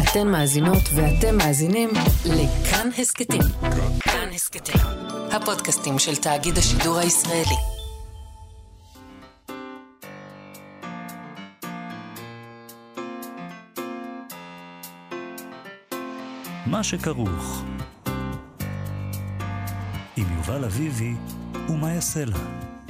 אתן מאזינות ואתם מאזינים לכאן הסקטים. כאן הסקטים, הפודקאסטים של תאגיד השידור הישראלי. מה שכרוך עם יובל אביבי ומה יעשה לה.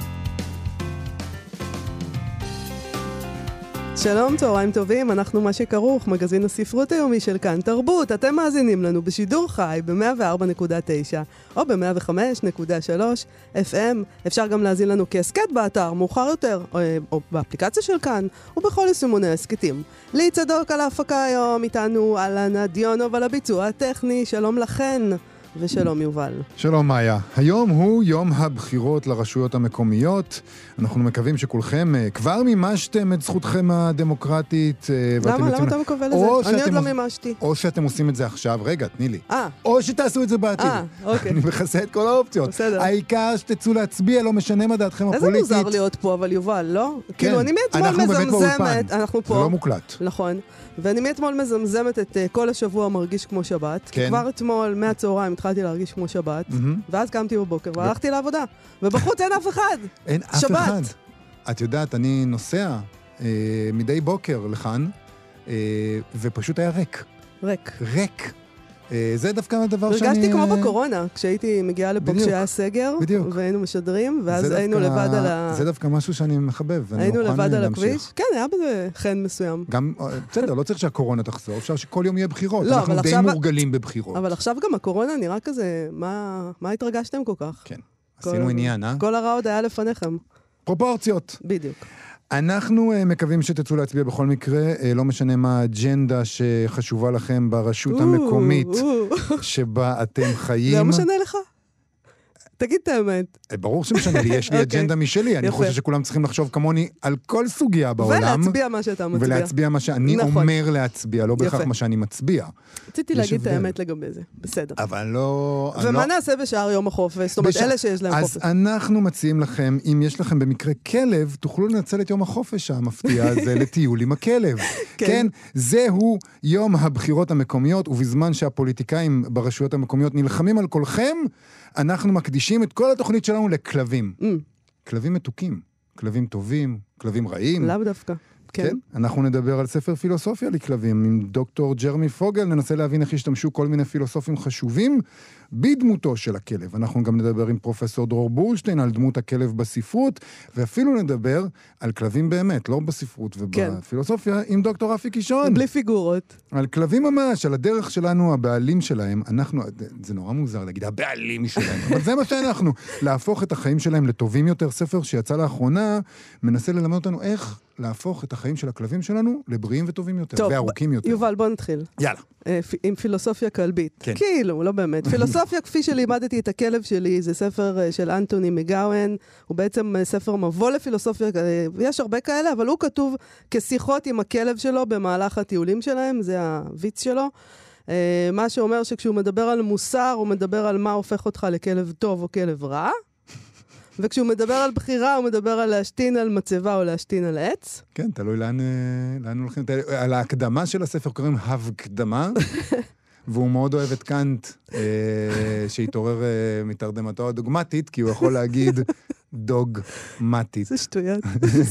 שלום, צהריים טובים, אנחנו מה שכרוך, מגזין הספרות היומי של כאן תרבות. אתם מאזינים לנו בשידור חי ב-104.9 או ב-105.3 FM. אפשר גם להזין לנו כהסקט באתר, מאוחר יותר, או באפליקציה של כאן, ובכל יישומוני הסקטים. לי צדוק על ההפקה היום, איתנו אלנה דיונוב על הביצוע הטכני. שלום לכן. ושלום יובל. שלום מאיה. היום הוא יום הבחירות לרשויות המקומיות. אנחנו מקווים שכולכם כבר מימשתם את זכותכם הדמוקרטית. למה אתה מקווה לזה? אני עוד לא מימשתי. או שאתם עושים את זה עכשיו. רגע, תני לי. או שתעשו את זה בעתיד. אוקיי. אני מכסה את כל האופציות. בסדר. העיקר שתצאו להצביע, לא משנה מה דעתכם הפוליטית. איזה מוזר להיות פה, אבל יובל, לא? כן. כאילו, אני מאתמול מזמזמת. אנחנו פה. זה לא מוקלט. נכון. ואני מאתמול מזמזמת את כל השבוע מרגיש כמו שבת. כן. כבר אתמול, מהצהריים, התחלתי להרגיש כמו שבת. ואז קמתי בבוקר והלכתי לעבודה. ובחוץ אין אף אחד. אין אף אחד. את יודעת, אני נוסע מדי בוקר לכאן, ופשוט היה ריק. ריק. זה דווקא הדבר שאני... הרגשתי כמו בקורונה, כשהייתי מגיעה לפה כשהיה סגר, והיינו משדרים, ואז היינו לבד על ה... זה דווקא משהו שאני מחבב. היינו לבד על הכביש. כן, היה בזה חן מסוים. גם, בסדר, לא צריך שהקורונה תחזור, אפשר שכל יום יהיה בחירות. אנחנו די מורגלים בבחירות. אבל עכשיו גם הקורונה נראה כזה, מה התרגשתם כל כך? כן, עשינו עניין, כל הרע עוד היה לפניכם. פרופורציות. בדיוק. אנחנו מקווים שתצאו להצביע בכל מקרה, לא משנה מה האג'נדה שחשובה לכם ברשות המקומית שבה אתם חיים. זה לא משנה לך? תגיד את האמת. ברור שמשנה לי, יש לי אג'נדה משלי, אני חושב שכולם צריכים לחשוב כמוני על כל סוגיה בעולם. ולהצביע מה שאתה מצביע. ולהצביע מה שאני אומר להצביע, לא בהכרח מה שאני מצביע. רציתי להגיד את האמת לגבי זה, בסדר. אבל לא... ומה נעשה בשאר יום החופש? זאת אומרת, אלה שיש להם חופש. אז אנחנו מציעים לכם, אם יש לכם במקרה כלב, תוכלו לנצל את יום החופש המפתיע הזה לטיול עם הכלב. כן, זהו יום הבחירות המקומיות, ובזמן שהפוליטיקאים ברשויות המקומיות נלחמים על כולכם, אנחנו מקדישים את כל התוכנית שלנו לכלבים. כלבים מתוקים, כלבים טובים, כלבים רעים. לאו דווקא. כן. אנחנו נדבר על ספר פילוסופיה לכלבים עם דוקטור ג'רמי פוגל, ננסה להבין איך השתמשו כל מיני פילוסופים חשובים בדמותו של הכלב. אנחנו גם נדבר עם פרופסור דרור בורשטיין על דמות הכלב בספרות, ואפילו נדבר על כלבים באמת, לא בספרות ובפילוסופיה, עם דוקטור רפי קישון. בלי פיגורות. על כלבים ממש, על הדרך שלנו, הבעלים שלהם. אנחנו, זה נורא מוזר להגיד, הבעלים שלהם, אבל זה מה שאנחנו, להפוך את החיים שלהם לטובים יותר. ספר שיצא לאחרונה, מנסה ללמד אותנו איך להפוך את החיים של הכלבים שלנו לבריאים וטובים יותר, וארוכים יותר. יובל, בוא נתחיל. יאללה. עם פילוסופיה כלבית. כן. כאילו, לא באמת. פילוסופיה, כפי שלימדתי את הכלב שלי, זה ספר של אנטוני מגאוון, הוא בעצם ספר מבוא לפילוסופיה, יש הרבה כאלה, אבל הוא כתוב כשיחות עם הכלב שלו במהלך הטיולים שלהם, זה הוויץ שלו. מה שאומר שכשהוא מדבר על מוסר, הוא מדבר על מה הופך אותך לכלב טוב או כלב רע, וכשהוא מדבר על בחירה, הוא מדבר על להשתין על מצבה או להשתין על עץ. כן, תלוי לאן הולכים. על ההקדמה של הספר קוראים הבקדמה, והוא מאוד אוהב את קאנט, שהתעורר מתרדמתו הדוגמטית, כי הוא יכול להגיד דוגמטית. זה שטויות.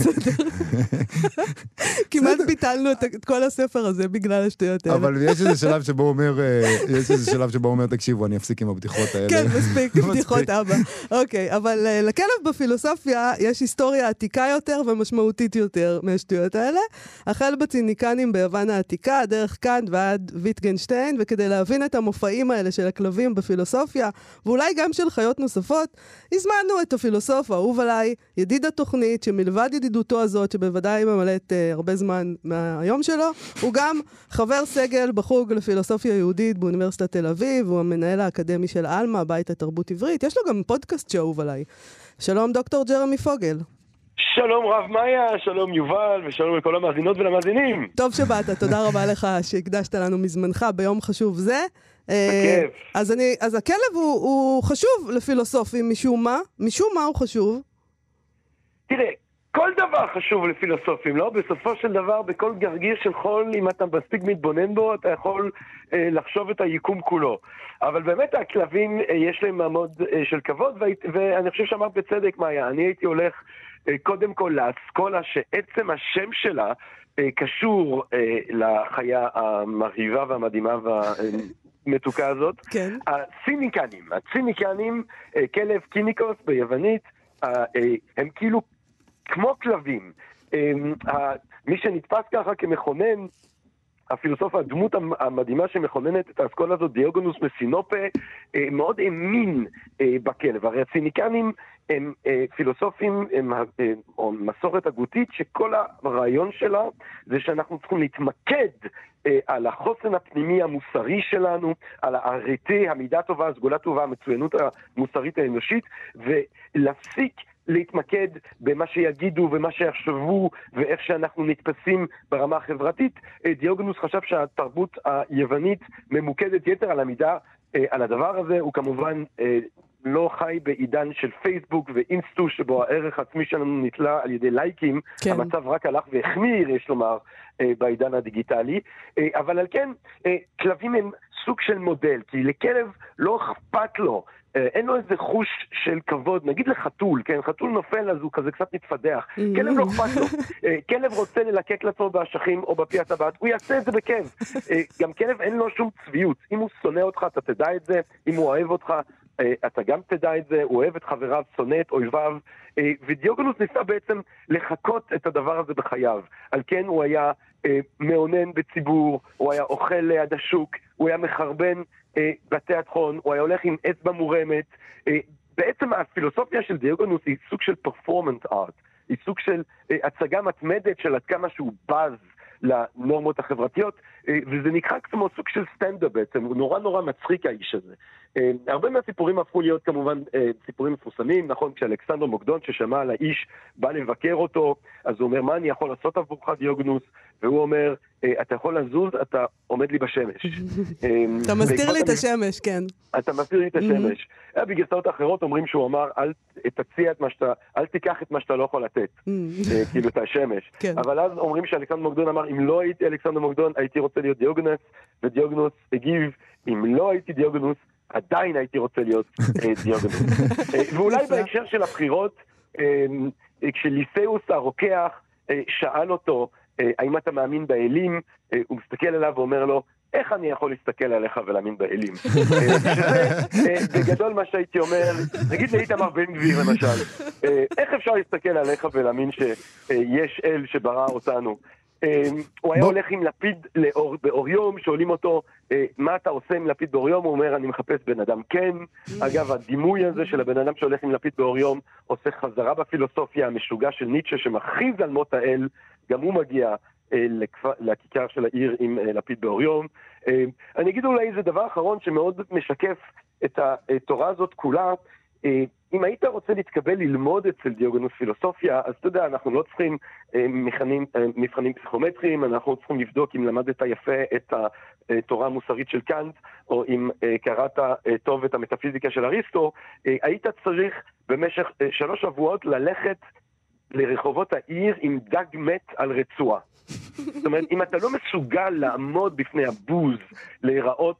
כמעט ביטלנו את כל הספר הזה בגלל השטויות האלה. אבל יש איזה שלב שבו הוא אומר, תקשיבו, אני אפסיק עם הבדיחות האלה. כן, מספיק, בדיחות אבא. אוקיי, אבל לכלב בפילוסופיה יש היסטוריה עתיקה יותר ומשמעותית יותר מהשטויות האלה. החל בציניקנים ביוון העתיקה, דרך קאנט ועד ויטגנשטיין, וכדי להבין את המופעים האלה של הכלבים בפילוסופיה, ואולי גם של חיות נוספות, הזמנו את הפילוסוף האהוב עליי, ידיד התוכנית, שמלבד ידידותו הזאת, שבוודאי ממלאת הרבה זמן מהיום שלו, הוא גם חבר סגל בחוג לפילוסופיה יהודית באוניברסיטת תל אביב, הוא המנהל האקדמי של אלמה, בית התרבות עברית. יש לו גם פודקאסט שאהוב עליי. שלום דוקטור ג'רמי פוגל. שלום רב מאיה, שלום יובל, ושלום לכל המאזינות ולמאזינים. טוב שבאת, תודה רבה לך שהקדשת לנו מזמנך ביום חשוב זה. אז הכלב הוא חשוב לפילוסופים משום מה? משום מה הוא חשוב? תראה, כל דבר חשוב לפילוסופים, לא? בסופו של דבר, בכל גרגיר של חול, אם אתה מספיק מתבונן בו, אתה יכול לחשוב את היקום כולו. אבל באמת הכלבים, יש להם מעמוד של כבוד, ואני חושב שאמרת בצדק, מאיה, אני הייתי הולך קודם כל לאסכולה שעצם השם שלה קשור לחיה המרהיבה והמדהימה והמתוקה הזאת. כן. הציניקנים, כלב קיניקוס ביוונית, הם כאילו כמו כלבים. מי שנתפס ככה כמכונן, הפילוסוף, הדמות המדהימה שמכוננת את האסכולה הזאת, דיוגונוס מסינופה, מאוד האמין בכלב. הרי הציניקנים הם פילוסופים, או מסורת הגותית, שכל הרעיון שלה זה שאנחנו צריכים להתמקד על החוסן הפנימי המוסרי שלנו, על העריתי, המידה טובה, הסגולה טובה, המצוינות המוסרית האנושית, ולהפסיק להתמקד במה שיגידו ומה שיחשבו ואיך שאנחנו נתפסים ברמה החברתית. דיוגונוס חשב שהתרבות היוונית ממוקדת יתר על המידה על הדבר הזה. הוא כמובן לא חי בעידן של פייסבוק ואינסטו שבו הערך העצמי שלנו נתלה על ידי לייקים. כן. המצב רק הלך והחמיר, יש לומר, בעידן הדיגיטלי. אבל על כן, כלבים הם סוג של מודל, כי לכלב לא אכפת לו, אין לו איזה חוש של כבוד, נגיד לחתול, כן, חתול נופל אז הוא כזה קצת מתפדח, כלב לא אכפת לו, כלב רוצה ללקק לעצמו באשכים או בפי הטבעת, הוא יעשה את זה בכיף, גם כלב אין לו שום צביעות, אם הוא שונא אותך אתה תדע את זה, אם הוא אוהב אותך אתה גם תדע את זה, הוא אוהב את חבריו, שונא את אויביו, ודיוגונוס ניסה בעצם לחכות את הדבר הזה בחייו, על כן הוא היה מעונן בציבור, הוא היה אוכל ליד השוק, הוא היה מחרבן בתי התחון, הוא היה הולך עם אצבע מורמת. בעצם הפילוסופיה של דיוגונוס היא סוג של פרפורמנס ארט, היא סוג של הצגה מתמדת של עד כמה שהוא בז לנורמות החברתיות, וזה נקרא כמו סוג של סטנדאפ בעצם, הוא נורא נורא מצחיק האיש הזה. הרבה מהסיפורים הפכו להיות כמובן סיפורים מפורסמים, נכון, כשאלכסנדר מוקדון ששמע על האיש בא לבקר אותו, אז הוא אומר, מה אני יכול לעשות עבורך דיוגונוס? והוא אומר, אתה יכול לזוז, אתה עומד לי בשמש. אתה מסתיר לי את השמש, כן. אתה מסתיר לי את השמש. בגרסאות האחרות אומרים שהוא אמר, אל תיקח את מה שאתה לא יכול לתת, כאילו את השמש. אבל אז אומרים שאלכסנדר מוקדון אמר, אם לא הייתי אלכסנדר מוקדון, הייתי רוצה להיות דיוגונוס, ודיוגונוס הגיב, אם לא הייתי דיוגונוס, עדיין הייתי רוצה להיות דיוגונוס. ואולי בהקשר של הבחירות, כשליסאוס הרוקח שאל אותו, האם אתה מאמין באלים? הוא מסתכל עליו ואומר לו, איך אני יכול להסתכל עליך ולהאמין באלים? בגדול מה שהייתי אומר, נגיד לאיתמר בן גביר למשל, איך אפשר להסתכל עליך ולהאמין שיש אל שברא אותנו? הוא היה הולך עם לפיד באור יום, שואלים אותו, מה אתה עושה עם לפיד באור יום? הוא אומר, אני מחפש בן אדם כן. אגב, הדימוי הזה של הבן אדם שהולך עם לפיד באור יום, עושה חזרה בפילוסופיה המשוגע של ניטשה, שמכריז על מות האל, גם הוא מגיע לכיכר של העיר עם לפיד באור יום. אני אגיד אולי זה דבר אחרון שמאוד משקף את התורה הזאת כולה. אם היית רוצה להתקבל ללמוד אצל דיוגונוס פילוסופיה, אז אתה יודע, אנחנו לא צריכים מבחנים פסיכומטריים, אנחנו צריכים לבדוק אם למדת יפה את התורה המוסרית של קאנט, או אם קראת טוב את המטאפיזיקה של אריסטו. היית צריך במשך 3 שבועות ללכת לרחובות העיר עם דג מת על רצועה. זאת אומרת, אם אתה לא מסוגל לעמוד בפני הבוז, להיראות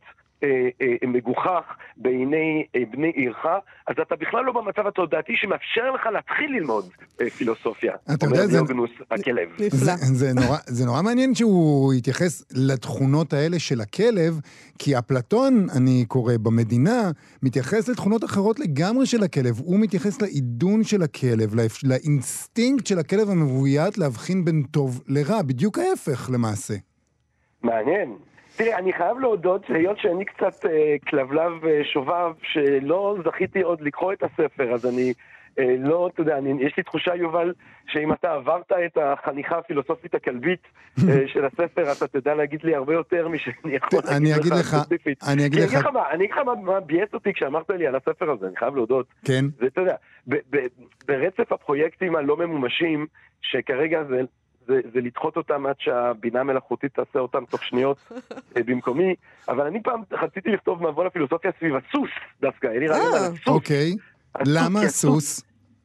מגוחך בעיני בני עירך, אז אתה בכלל לא במצב התודעתי שמאפשר לך להתחיל ללמוד פילוסופיה. אתה יודע, הכלב. זה נורא מעניין שהוא יתייחס לתכונות האלה של הכלב, כי אפלטון, אני קורא במדינה, מתייחס לתכונות אחרות לגמרי של הכלב. הוא מתייחס לעידון של הכלב, לאינסטינקט של הכלב המבוית להבחין בין טוב לרע, בדיוק ההפך למעשה. מעניין. תראה, אני חייב להודות שהיות שאני קצת כלבלב שובב, שלא זכיתי עוד לקרוא את הספר, אז אני לא, אתה יודע, יש לי תחושה, יובל, שאם אתה עברת את החניכה הפילוסופית הכלבית של הספר, אתה תדע להגיד לי הרבה יותר משאני יכול להגיד לך ספציפית. אני אגיד לך מה בייס אותי כשאמרת לי על הספר הזה, אני חייב להודות. כן. זה, אתה יודע, ברצף הפרויקטים הלא ממומשים, שכרגע זה לדחות אותם עד שהבינה המלאכותית תעשה אותם תוך שניות במקומי, אבל אני פעם רציתי לכתוב מבוא לפילוסופיה סביב הסוס דווקא, אין לי רעיון על הסוס. אוקיי, למה הסוס?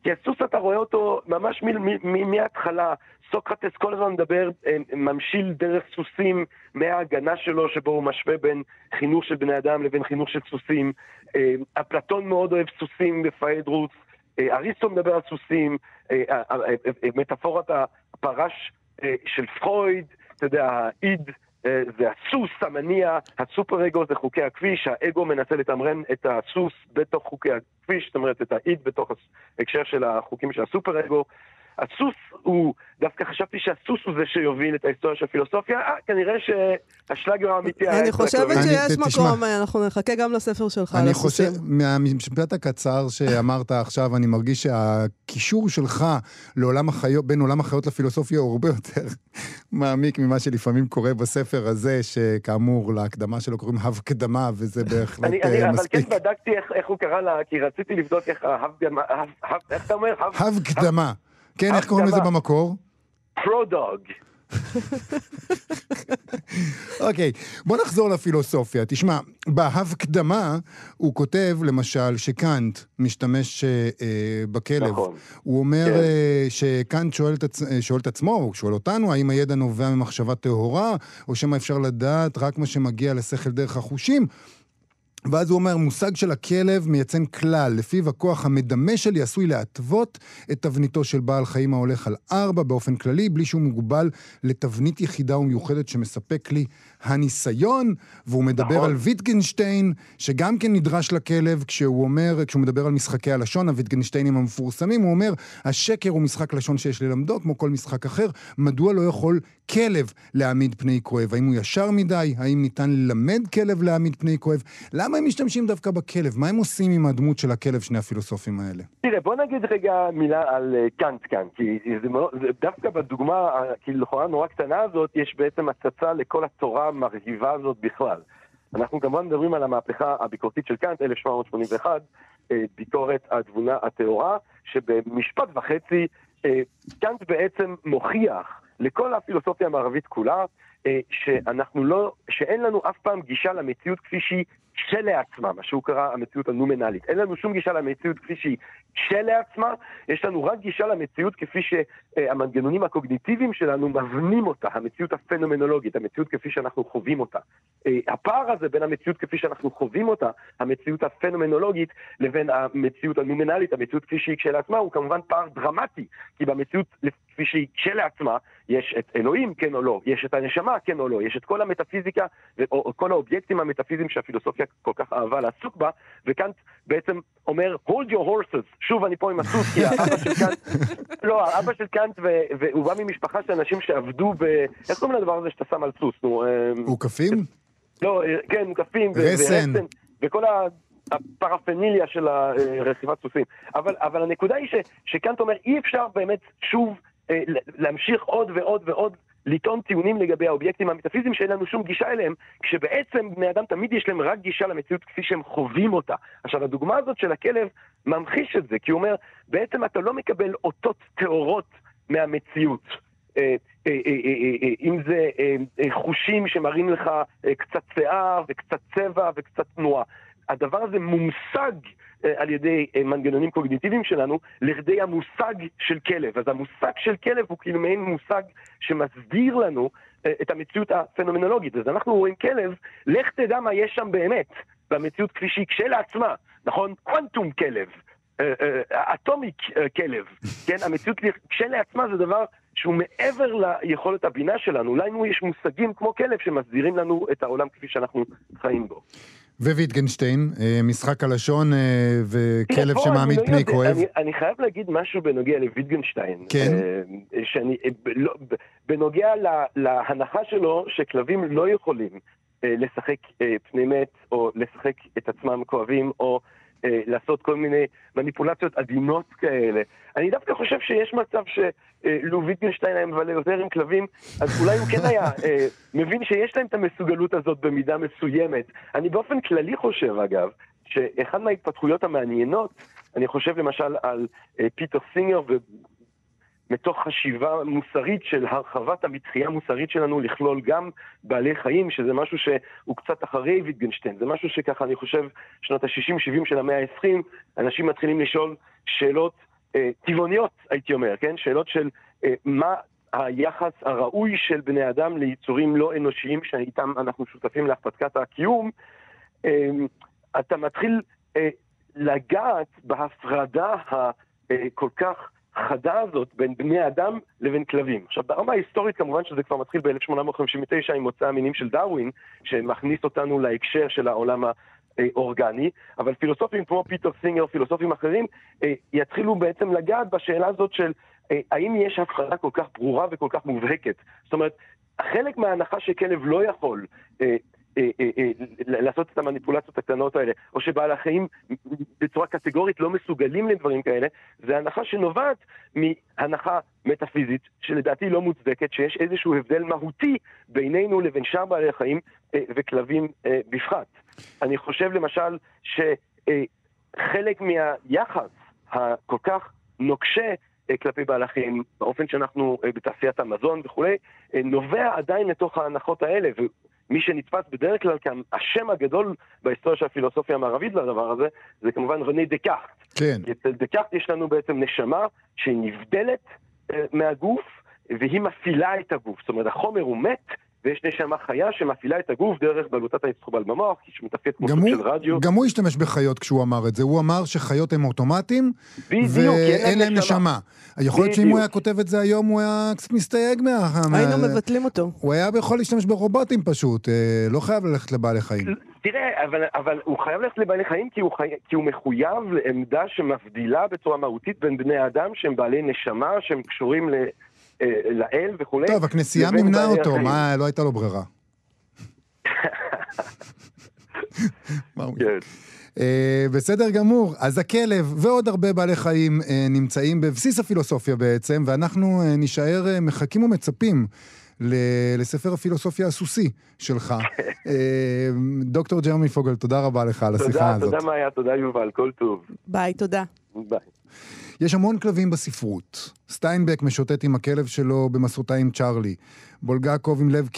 כי הסוס אתה רואה אותו ממש מההתחלה, סוקרטס כל הזמן מדבר, ממשיל דרך סוסים מההגנה שלו, שבו הוא משווה בין חינוך של בני אדם לבין חינוך של סוסים. אפלטון מאוד אוהב סוסים בפיידרוס, אריסטו מדבר על סוסים, מטאפורת הפרש של פרויד, אתה יודע, האיד זה הסוס, המניע, הסופר אגו זה חוקי הכביש, האגו מנסה לתמרן את הסוס בתוך חוקי הכביש, זאת אומרת את האיד בתוך ההקשר של החוקים של הסופר אגו. הסוס הוא, דווקא חשבתי שהסוס הוא זה שיוביל את ההיסטוריה של הפילוסופיה, כנראה שהשלאגר האמיתי... אני חושבת שיש מקום, אנחנו נחכה גם לספר שלך. אני חושב, מהמשפט הקצר שאמרת עכשיו, אני מרגיש שהקישור שלך לעולם החיות, בין עולם החיות לפילוסופיה הוא הרבה יותר מעמיק ממה שלפעמים קורה בספר הזה, שכאמור להקדמה שלו קוראים הבקדמה, וזה בהחלט מספיק. אבל כן בדקתי איך הוא קרא לה, כי רציתי לבדוק איך איך אתה אומר? הבקדמה. כן, איך קוראים לזה במקור? פרודוג. אוקיי, בוא נחזור לפילוסופיה. תשמע, בהבקדמה הוא כותב למשל שקאנט משתמש בכלב. נכון. הוא אומר שקאנט שואל את עצמו, הוא שואל אותנו, האם הידע נובע ממחשבה טהורה, או שמה אפשר לדעת רק מה שמגיע לשכל דרך החושים? ואז הוא אומר, מושג של הכלב מייצן כלל, לפיו הכוח המדמה שלי עשוי להתוות את תבניתו של בעל חיים ההולך על 4 באופן כללי, בלי שהוא מוגבל לתבנית יחידה ומיוחדת שמספק לי הניסיון, והוא מדבר על ויטגנשטיין, שגם כן נדרש לכלב, כשהוא מדבר על משחקי הלשון, הויטגנשטיינים המפורסמים, הוא אומר, השקר הוא משחק לשון שיש ללמדו, כמו כל משחק אחר, מדוע לא יכול כלב להעמיד פני כואב? האם הוא ישר מדי? האם ניתן ללמד כלב להעמיד פני כואב? למה הם משתמשים דווקא בכלב? מה הם עושים עם הדמות של הכלב, שני הפילוסופים האלה? תראה, בוא נגיד רגע מילה על קאנט כאן, כי זה דווקא בדוגמה, כי לכאורה נורא קטנה הזאת, יש בעצם הצצה לכל התורה המרהיבה הזאת בכלל. אנחנו כמובן מדברים על המהפכה הביקורתית של קאנט, 1781, ביקורת התבונה הטהורה, שבמשפט וחצי קאנט בעצם מוכיח לכל הפילוסופיה המערבית כולה, שאין לנו אף פעם גישה למציאות כפי שהיא כשלעצמה, מה שהוא קרא המציאות הנומנלית. אין לנו שום גישה למציאות כפי שהיא כשלעצמה, יש לנו רק גישה למציאות כפי שהמנגנונים הקוגניטיביים שלנו מבנים אותה, המציאות הפנומנולוגית, המציאות כפי שאנחנו חווים אותה. הפער הזה בין המציאות כפי שאנחנו חווים אותה, המציאות הפנומנולוגית, לבין המציאות הנומנלית, המציאות כפי שהיא כשלעצמה, הוא כמובן פער דרמטי, כי במציאות כפי שהיא כשלעצמה, יש את אלוהים, כן או לא, יש את הנשמה, כן או לא, יש את כל המטאפיזיקה, או כל האובייקטים המטאפיזיים שהפילוסופיה כל כך אהבה לעסוק בה, וקאנט בעצם אומר, hold your horses, שוב אני פה עם הסוס, כי האבא של קאנט, לא, האבא של קאנט, והוא בא ממשפחה של אנשים שעבדו איך קוראים לדבר הזה שאתה שם על סוס? מוקפים? לא, כן, מוקפים, רסן. וכל הפרפניליה של רכיבת סוסים. אבל הנקודה היא שקאנט אומר, אי אפשר באמת שוב להמשיך עוד ועוד ועוד לטעון טיעונים לגבי האובייקטים המטאפיזיים שאין לנו שום גישה אליהם, כשבעצם בני אדם תמיד יש להם רק גישה למציאות כפי שהם חווים אותה. עכשיו, הדוגמה הזאת של הכלב ממחיש את זה, כי הוא אומר, בעצם אתה לא מקבל אותות טהורות מהמציאות. אם זה חושים שמראים לך קצת שיער וקצת צבע וקצת תנועה. הדבר הזה מומשג על ידי מנגנונים קוגניטיביים שלנו לכדי המושג של כלב. אז המושג של כלב הוא כאילו מעין מושג שמסביר לנו את המציאות הפנומנולוגית. אז אנחנו רואים כלב, לך תדע מה יש שם באמת, במציאות כפי שהיא כשלעצמה, נכון? קוונטום כלב, אטומיק כלב, כן? המציאות כשלעצמה זה דבר שהוא מעבר ליכולת הבינה שלנו. אולי יש מושגים כמו כלב שמסבירים לנו את העולם כפי שאנחנו חיים בו. וויטגנשטיין, משחק הלשון וכלב שמעמיד פני כואב. אני חייב להגיד משהו בנוגע לוויטגנשטיין. כן. בנוגע להנחה שלו שכלבים לא יכולים לשחק פנימית או לשחק את עצמם כואבים או לעשות כל מיני מניפולציות עדינות כאלה. אני דווקא חושב שיש מצב שלו ויטגנשטיין היה מבלה יותר עם כלבים, אז אולי הוא כן היה מבין שיש להם את המסוגלות הזאת במידה מסוימת. אני באופן כללי חושב, אגב, שאחד מההתפתחויות המעניינות, אני חושב למשל על פיטר סינגר מתוך חשיבה מוסרית של הרחבת המתחייה המוסרית שלנו לכלול גם בעלי חיים, שזה משהו שהוא קצת אחרי ויטגנשטיין. זה משהו שככה אני חושב שנות ה-60-70 של המאה ה-20, אנשים מתחילים לשאול שאלות טבעוניות, הייתי אומר, כן? שאלות של מה היחס הראוי של בני אדם ליצורים לא אנושיים שאיתם אנחנו שותפים להפתקת הקיום, אתה מתחיל לגעת בהפרדה הכל כך חדה הזאת בין בני אדם לבין כלבים. עכשיו, ברמה ההיסטורית כמובן שזה כבר מתחיל ב-1859 עם מוצא המינים של דרווין, שמכניס אותנו להקשר של העולם האורגני, אבל פילוסופים כמו פיטר סינגר, פילוסופים אחרים, יתחילו בעצם לגעת בשאלה הזאת של האם יש הפרדה כל כך ברורה וכל כך מובהקת. זאת אומרת, חלק מההנחה שכלב לא יכול לעשות את המניפולציות הקטנות האלה, או שבעלי החיים בצורה קטגורית לא מסוגלים לדברים כאלה, זה הנחה שנובעת מהנחה מטאפיזית, שלדעתי לא מוצדקת, שיש איזשהו הבדל מהותי בינינו לבין שאר בעלי החיים וכלבים בפרט. אני חושב למשל שחלק מהיחס הכל כך נוקשה כלפי בעלי החיים, באופן שאנחנו בתעשיית המזון וכו', נובע עדיין לתוך ההנחות האלה, מי שנתפס בדרך כלל השם הגדול בהיסטוריה של הפילוסופיה המערבית לדבר הזה, זה כמובן רנה דקארט. כן. אצל דקארט יש לנו בעצם נשמה שהיא נבדלת מהגוף, והיא מפעילה את הגוף. זאת אומרת, החומר הוא מת, ויש נשמה חיה שמפעילה את הגוף דרך בלוטת האינסטרובל במוח, שמתפקד כמו סוג של רדיו. גם הוא השתמש בחיות כשהוא אמר את זה. הוא אמר שחיות הם אוטומטיים, ואין להם נשמה. יכול להיות שאם הוא היה כותב את זה היום, הוא היה קצת מסתייג היינו מבטלים אותו. הוא היה יכול להשתמש ברובוטים פשוט, לא חייב ללכת לבעלי חיים. תראה, אבל הוא חייב ללכת לבעלי חיים כי הוא מחויב לעמדה שמבדילה בצורה מהותית בין בני אדם שהם בעלי נשמה, שהם קשורים לאל וכו'. טוב, הכנסייה מימנה אותו, מה, לא הייתה לו ברירה. בסדר גמור, אז הכלב ועוד הרבה בעלי חיים נמצאים בבסיס הפילוסופיה בעצם, ואנחנו נשאר מחכים ומצפים לספר הפילוסופיה הסוסי שלך. דוקטור ג'רמי פוגל, תודה רבה לך על השיחה הזאת. תודה מאיה, תודה יובל, כל טוב. ביי, תודה. ביי. יש המון כלבים בספרות. סטיינבק משוטט עם הכלב שלו במסעותיים צ'רלי. בולגקוב עם לב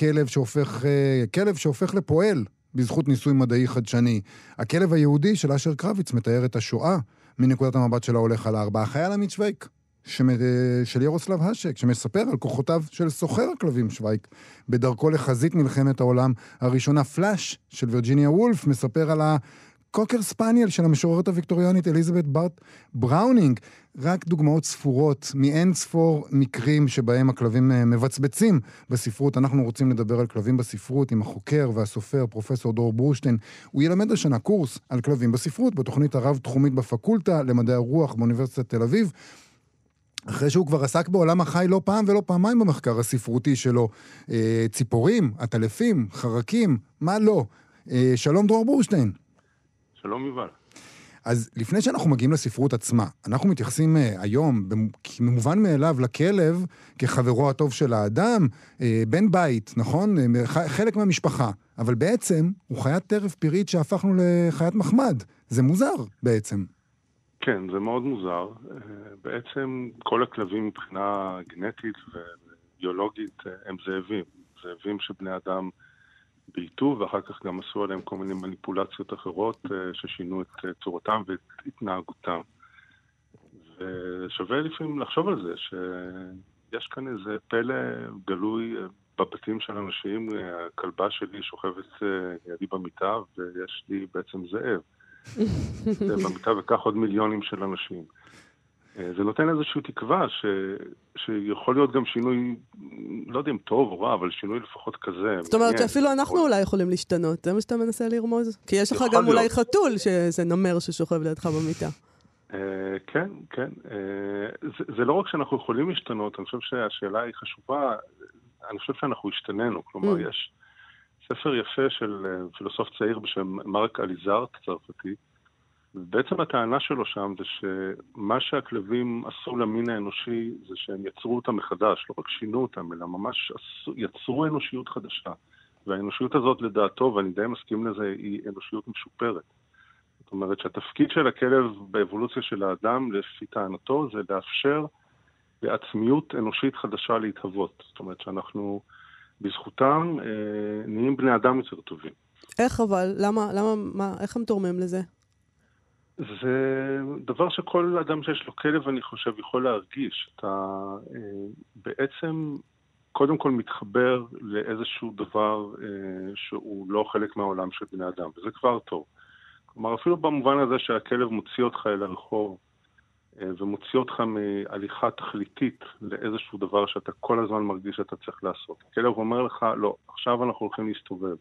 כלב שהופך לפועל בזכות ניסוי מדעי חדשני. הכלב היהודי של אשר קרביץ מתאר את השואה מנקודת המבט של ההולך על הארבע. החייל עמית שוויק של ירוסלב השק, שמספר על כוחותיו של סוחר הכלבים שוויק בדרכו לחזית מלחמת העולם הראשונה. פלאש של וירג'יניה וולף מספר על קוקר ספניאל של המשוררת הוויקטוריאנית אליזבת בארט בראונינג. רק דוגמאות ספורות מאין ספור מקרים שבהם הכלבים מבצבצים בספרות. אנחנו רוצים לדבר על כלבים בספרות עם החוקר והסופר פרופסור דרור בורשטיין. הוא ילמד השנה קורס על כלבים בספרות בתוכנית הרב-תחומית בפקולטה למדעי הרוח באוניברסיטת תל אביב. אחרי שהוא כבר עסק בעולם החי לא פעם ולא פעמיים במחקר הספרותי שלו. ציפורים, עטלפים, חרקים, מה לא. שלום דרור בורשטיין. שלום יובל. אז לפני שאנחנו מגיעים לספרות עצמה, אנחנו מתייחסים היום, במובן מאליו, לכלב כחברו הטוב של האדם, בן בית, נכון? חלק מהמשפחה. אבל בעצם הוא חיית טרף פירית שהפכנו לחיית מחמד. זה מוזר בעצם. כן, זה מאוד מוזר. בעצם כל הכלבים מבחינה גנטית וביולוגית הם זאבים. זאבים שבני אדם בעיטו, ואחר כך גם עשו עליהם כל מיני מניפולציות אחרות ששינו את צורתם ואת התנהגותם. ושווה לפעמים לחשוב על זה, שיש כאן איזה פלא גלוי בבתים של אנשים. הכלבה שלי שוכבת ידי במיטה, ויש לי בעצם זאב. במיטה וכך עוד מיליונים של אנשים. זה נותן איזושהי תקווה שיכול להיות גם שינוי, לא יודע אם טוב או רע, אבל שינוי לפחות כזה. זאת אומרת שאפילו אנחנו אולי יכולים להשתנות, זה מה שאתה מנסה לרמוז? כי יש לך גם אולי חתול שזה נמר ששוכב לידך במיטה. כן, כן. זה לא רק שאנחנו יכולים להשתנות, אני חושב שהשאלה היא חשובה, אני חושב שאנחנו השתננו, כלומר יש ספר יפה של פילוסוף צעיר בשם מרק אליזארט צרפתי, ובעצם הטענה שלו שם זה שמה שהכלבים עשו למין האנושי זה שהם יצרו אותם מחדש, לא רק שינו אותם, אלא ממש יצרו אנושיות חדשה. והאנושיות הזאת לדעתו, ואני די מסכים לזה, היא אנושיות משופרת. זאת אומרת שהתפקיד של הכלב באבולוציה של האדם, לפי טענתו, זה לאפשר לעצמיות אנושית חדשה להתהוות. זאת אומרת שאנחנו בזכותם נהיים בני אדם יותר טובים. איך אבל? למה, איך הם תורמים לזה? זה דבר שכל אדם שיש לו כלב, אני חושב, יכול להרגיש. אתה בעצם קודם כל מתחבר לאיזשהו דבר שהוא לא חלק מהעולם של בני אדם, וזה כבר טוב. כלומר, אפילו במובן הזה שהכלב מוציא אותך אל הרחוב, ומוציא אותך מהליכה תכליתית לאיזשהו דבר שאתה כל הזמן מרגיש שאתה צריך לעשות. הכלב אומר לך, לא, עכשיו אנחנו הולכים להסתובב.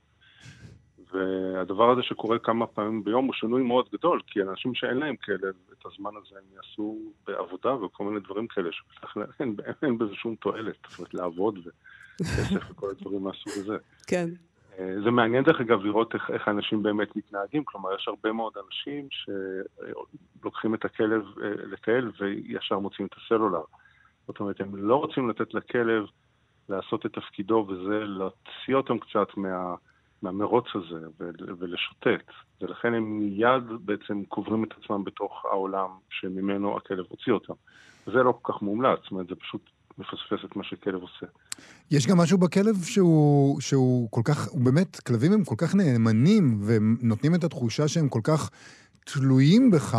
והדבר הזה שקורה כמה פעמים ביום הוא שינוי מאוד גדול, כי אנשים שאין להם כלב, את הזמן הזה הם יעשו בעבודה וכל מיני דברים כאלה, אין בזה שום תועלת, זאת אומרת, לעבוד וכסף וכל הדברים מהסוג הזה. כן. זה מעניין דרך אגב לראות איך האנשים באמת מתנהגים, כלומר יש הרבה מאוד אנשים שלוקחים את הכלב לטייל וישר מוצאים את הסלולר. זאת אומרת, הם לא רוצים לתת לכלב לעשות את תפקידו וזה להוציא אותם קצת מהמרוץ הזה ולשוטט, ולכן הם מיד בעצם קוברים את עצמם בתוך העולם שממנו הכלב הוציא אותם. זה לא כל כך מומלץ, זאת אומרת, זה פשוט מפספס את מה שכלב עושה. יש גם משהו בכלב שהוא כל כך, הוא באמת, כלבים הם כל כך נאמנים, והם נותנים את התחושה שהם כל כך תלויים בך,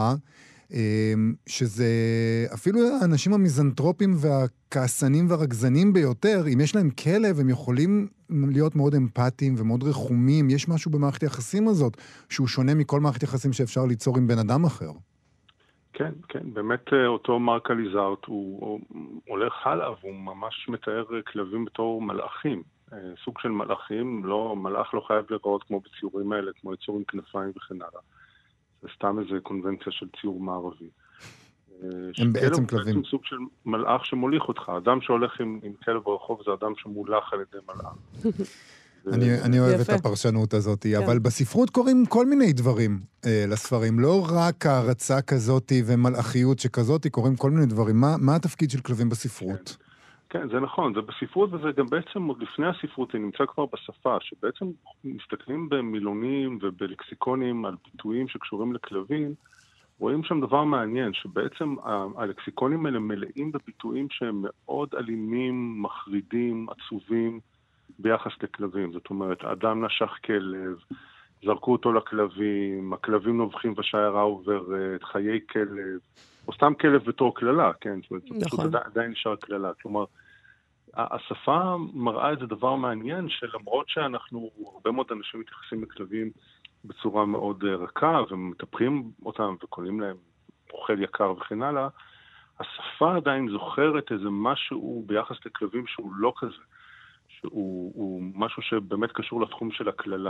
שזה אפילו האנשים המיזנטרופים והכעסנים והרגזנים ביותר, אם יש להם כלב, הם יכולים להיות מאוד אמפתיים ומאוד רחומים. יש משהו במערכת היחסים הזאת, שהוא שונה מכל מערכת יחסים שאפשר ליצור עם בן אדם אחר. כן, כן, באמת אותו מרק אליזארט הוא הולך הלאה, והוא ממש מתאר כלבים בתור מלאכים, סוג של מלאכים, מלאך לא חייב לראות כמו בציורים האלה, כמו יצור עם כנפיים וכן הלאה. זה סתם איזה קונבנציה של ציור מערבי. הם בעצם כלבים. זה סוג של מלאך שמוליך אותך, אדם שהולך עם כלב ברחוב זה אדם שמולך על ידי מלאך. אני אוהב את הפרשנות הזאת, אבל בספרות קוראים כל מיני דברים לספרים, לא רק הרצה כזאת ומלאכיות שכזאת, קוראים כל מיני דברים. מה התפקיד של כלבים בספרות? כן, זה נכון, זה בספרות, וזה גם בעצם עוד לפני הספרות, זה נמצא כבר בשפה, שבעצם מסתכלים במילונים ובלקסיקונים על ביטויים שקשורים לכלבים, רואים שם דבר מעניין, שבעצם הלקסיקונים האלה מלאים בביטויים שהם מאוד אלימים, מחרידים, עצובים, ביחס לכלבים. זאת אומרת, אדם נשך כלב, זרקו אותו לכלבים, הכלבים נובחים בשיירה עוברת, חיי כלב, או סתם כלב בתור כללה, כן? זאת אומרת, נכון. עדיין נשאר כללה. כלומר, השפה מראה איזה דבר מעניין, שלמרות שאנחנו, הרבה מאוד אנשים מתייחסים לכלבים בצורה מאוד רכה, ומטפחים אותם וקונים להם אוכל יקר וכן הלאה, השפה עדיין זוכרת איזה משהו ביחס לכלבים שהוא לא כזה. שהוא משהו שבאמת קשור לתחום של הכללה.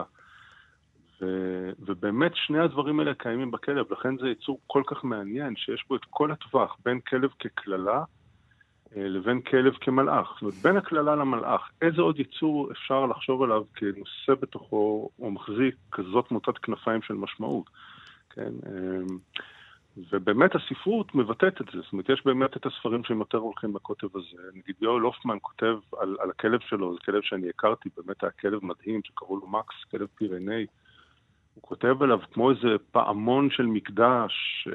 ובאמת שני הדברים האלה קיימים בכלב, לכן זה יצור כל כך מעניין, שיש בו את כל הטווח, בין כלב ככללה, לבין כלב כמלאך. זאת אומרת, בין הכללה למלאך, איזה עוד יצור אפשר לחשוב עליו כנושא בתוכו, או מחזיק כזאת מוטת כנפיים של משמעות. כן? ובאמת הספרות מבטאת את זה, זאת אומרת, יש באמת את הספרים שהם יותר הולכים לקוטב הזה. נגיד יואל הופמן כותב על הכלב שלו, זה כלב שאני הכרתי, באמת היה כלב מדהים שקראו לו מקס, כלב פירני. הוא כותב עליו כמו איזה פעמון של מקדש,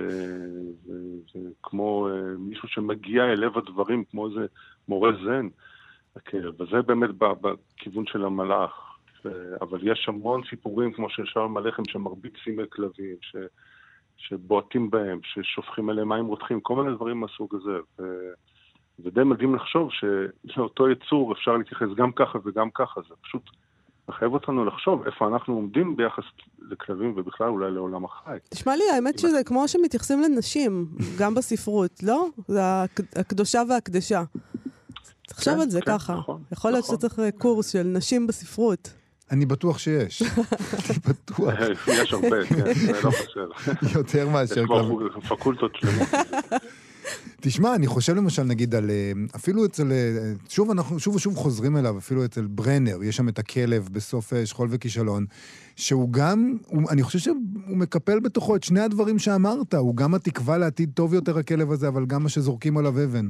כמו מישהו שמגיע אל לב הדברים, כמו איזה מורה זן, הכלב. וזה באמת בכיוון של המלאך. אבל יש המון סיפורים כמו של שאול מלחם שמרביצים לכלבים, שבועטים בהם, ששופכים עליהם מים רותחים, כל מיני דברים מהסוג הזה. ודי מדהים לחשוב שלאותו יצור אפשר להתייחס גם ככה וגם ככה. זה פשוט מחייב אותנו לחשוב איפה אנחנו עומדים ביחס לכלבים ובכלל אולי לעולם החי. תשמע לי, האמת שזה כמו שמתייחסים לנשים, גם בספרות, לא? זה הקדושה והקדשה. תחשוב על זה ככה. יכול להיות שצריך קורס של נשים בספרות. אני בטוח שיש. אני בטוח. יש הרבה, כן, זה לא חסר. יותר מאשר כלבים. פקולטות שלמות. תשמע, אני חושב למשל, נגיד, על, אפילו אצל, שוב אנחנו שוב ושוב חוזרים אליו, אפילו אצל ברנר, יש שם את הכלב בסוף שכול וכישלון, שהוא גם, אני חושב שהוא מקפל בתוכו את שני הדברים שאמרת, הוא גם התקווה לעתיד טוב יותר הכלב הזה, אבל גם מה שזורקים עליו אבן.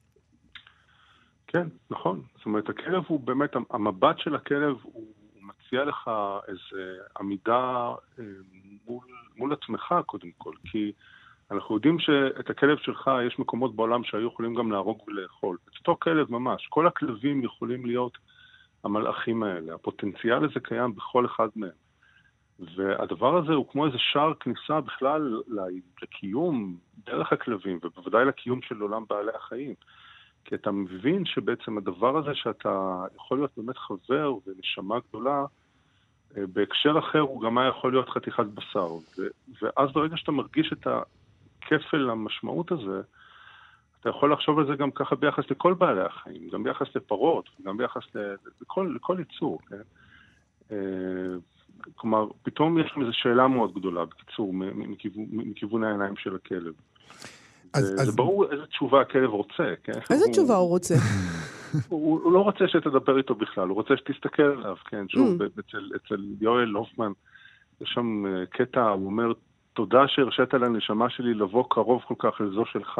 כן, נכון. זאת אומרת, הכלב הוא באמת, המבט של הכלב הוא מציע לך איזו עמידה מול עצמך קודם כל, כי אנחנו יודעים שאת הכלב שלך יש מקומות בעולם שהיו יכולים גם להרוג ולאכול. את אותו כלב ממש. כל הכלבים יכולים להיות המלאכים האלה. הפוטנציאל הזה קיים בכל אחד מהם. והדבר הזה הוא כמו איזה שער כניסה בכלל לקיום דרך הכלבים, ובוודאי לקיום של עולם בעלי החיים. כי אתה מבין שבעצם הדבר הזה שאתה יכול להיות באמת חבר ונשמה גדולה, בהקשר אחר הוא גם היה יכול להיות חתיכת בשר. ואז ברגע שאתה מרגיש את הכפל המשמעות הזה, אתה יכול לחשוב על זה גם ככה ביחס לכל בעלי החיים, גם ביחס לפרות, גם ביחס לכל יצור, כן? כלומר, פתאום יש איזו שאלה מאוד גדולה, בקיצור, מכיוון העיניים של הכלב. זה ברור איזו תשובה הכלב רוצה, כן? איזו תשובה הוא רוצה? הוא לא רוצה שתדבר איתו בכלל, הוא רוצה שתסתכל עליו, כן? שוב, אצל יואל הופמן, יש שם קטע, הוא אומר, תודה שהרשית לנשמה שלי לבוא קרוב כל כך לזו שלך.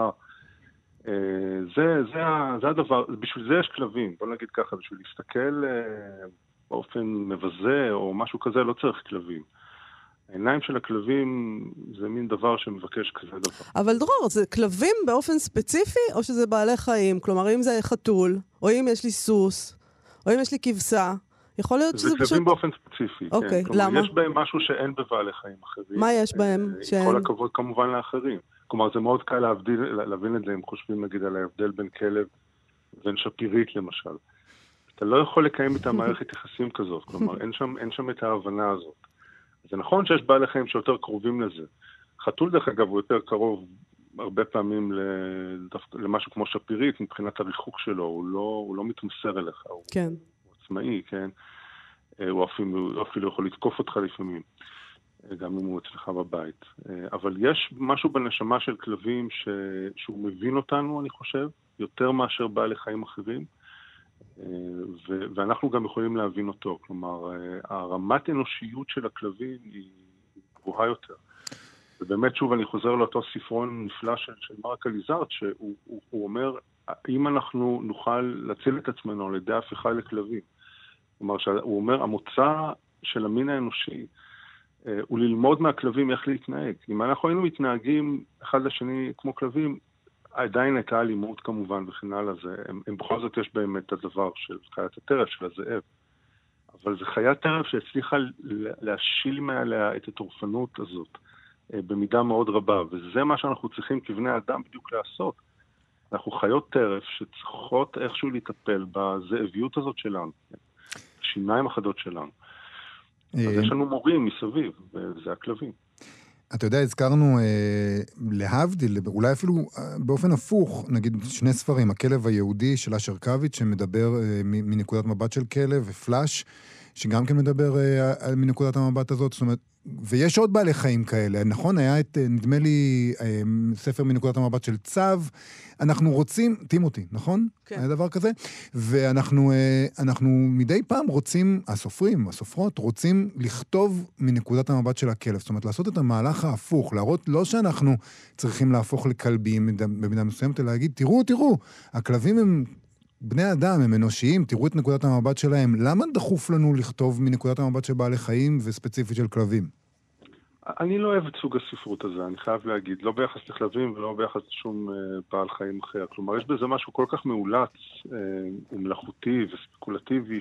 זה הדבר, בשביל זה יש כלבים, בוא נגיד ככה, בשביל להסתכל באופן מבזה או משהו כזה, לא צריך כלבים. העיניים של הכלבים זה מין דבר שמבקש כזה דבר. אבל דרור, זה כלבים באופן ספציפי או שזה בעלי חיים? כלומר, אם זה חתול, או אם יש לי סוס, או אם יש לי כבשה, יכול להיות שזה פשוט... זה כלבים באופן ספציפי, אוקיי, כן. כלומר, למה? יש בהם משהו שאין בבעלי חיים אחרים. מה יש בהם שאין? כל הכבוד כמובן לאחרים. כלומר, זה מאוד קל להבין את זה, אם חושבים נגיד על ההבדל בין כלב ובין שפירית למשל. אתה לא יכול לקיים איתה מערכת יחסים כזאת, כלומר, אין שם את ההבנה הזאת. זה נכון שיש בעלי חיים שיותר קרובים לזה. חתול דרך אגב הוא יותר קרוב הרבה פעמים למשהו כמו שפירית, מבחינת הריחוק שלו, הוא לא מתמסר אליך, כן. הוא עצמאי, כן? הוא אפילו יכול לתקוף אותך לפעמים, גם אם הוא אצלך בבית. אבל יש משהו בנשמה של כלבים שהוא מבין אותנו, אני חושב, יותר מאשר בעלי חיים אחרים, ואנחנו גם יכולים להבין אותו. כלומר, הרמת אנושיות של הכלבים היא גבוהה יותר. ובאמת, שוב, אני חוזר לאותו ספרון נפלא של מרק אליזרד, שהוא אומר, אם אנחנו נוכל להציל את עצמנו על ידי הפיכה לכלבים. כלומר, הוא אומר, המוצא של המין האנושי הוא ללמוד מהכלבים איך להתנהג. אם אנחנו היינו מתנהגים אחד לשני כמו כלבים, עדיין הייתה אלימות כמובן וכן הלאה, הם בכל זאת יש בהם את הדבר של חיית הטרף, של הזאב. אבל זה חיית טרף שהצליחה להשיל מעליה את התורפנות הזאת במידה מאוד רבה, וזה מה שאנחנו צריכים כבני אדם בדיוק לעשות. אנחנו חיות טרף שצריכות איכשהו לטפל בזאביות הזאת שלנו, שיניים אחדות שלנו. אז יש לנו מורים מסביב, וזה הכלבים. אתה יודע, הזכרנו להבדיל, אולי אפילו באופן הפוך, נגיד שני ספרים, הכלב היהודי של אשר קוויץ' שמדבר מנקודת מבט של כלב, ופלאש, שגם כן מדבר מנקודת המבט הזאת, זאת אומרת, ויש עוד בעלי חיים כאלה, נכון? היה את, נדמה לי, ספר מנקודת המבט של צב, אנחנו רוצים, טימותי, נכון? כן. היה דבר כזה? ואנחנו מדי פעם רוצים, הסופרות, רוצים לכתוב מנקודת המבט של הכלב, זאת אומרת, לעשות את המהלך ההפוך, להראות לא שאנחנו צריכים להפוך לכלבים במידה מסוימת, אלא להגיד, תראו, הכלבים הם בני אדם, הם אנושיים, תראו את נקודת המבט שלהם. למה דחוף לנו לכתוב מנקודת המבט של בעלי חיים וספציפית של כלבים? אני לא אוהב את סוג הספרות הזה, אני חייב להגיד, לא ביחס לכלבים ולא ביחס לשום בעל חיים אחר. כלומר, יש בזה משהו כל כך מאולץ ומלאכותי וספקולטיבי,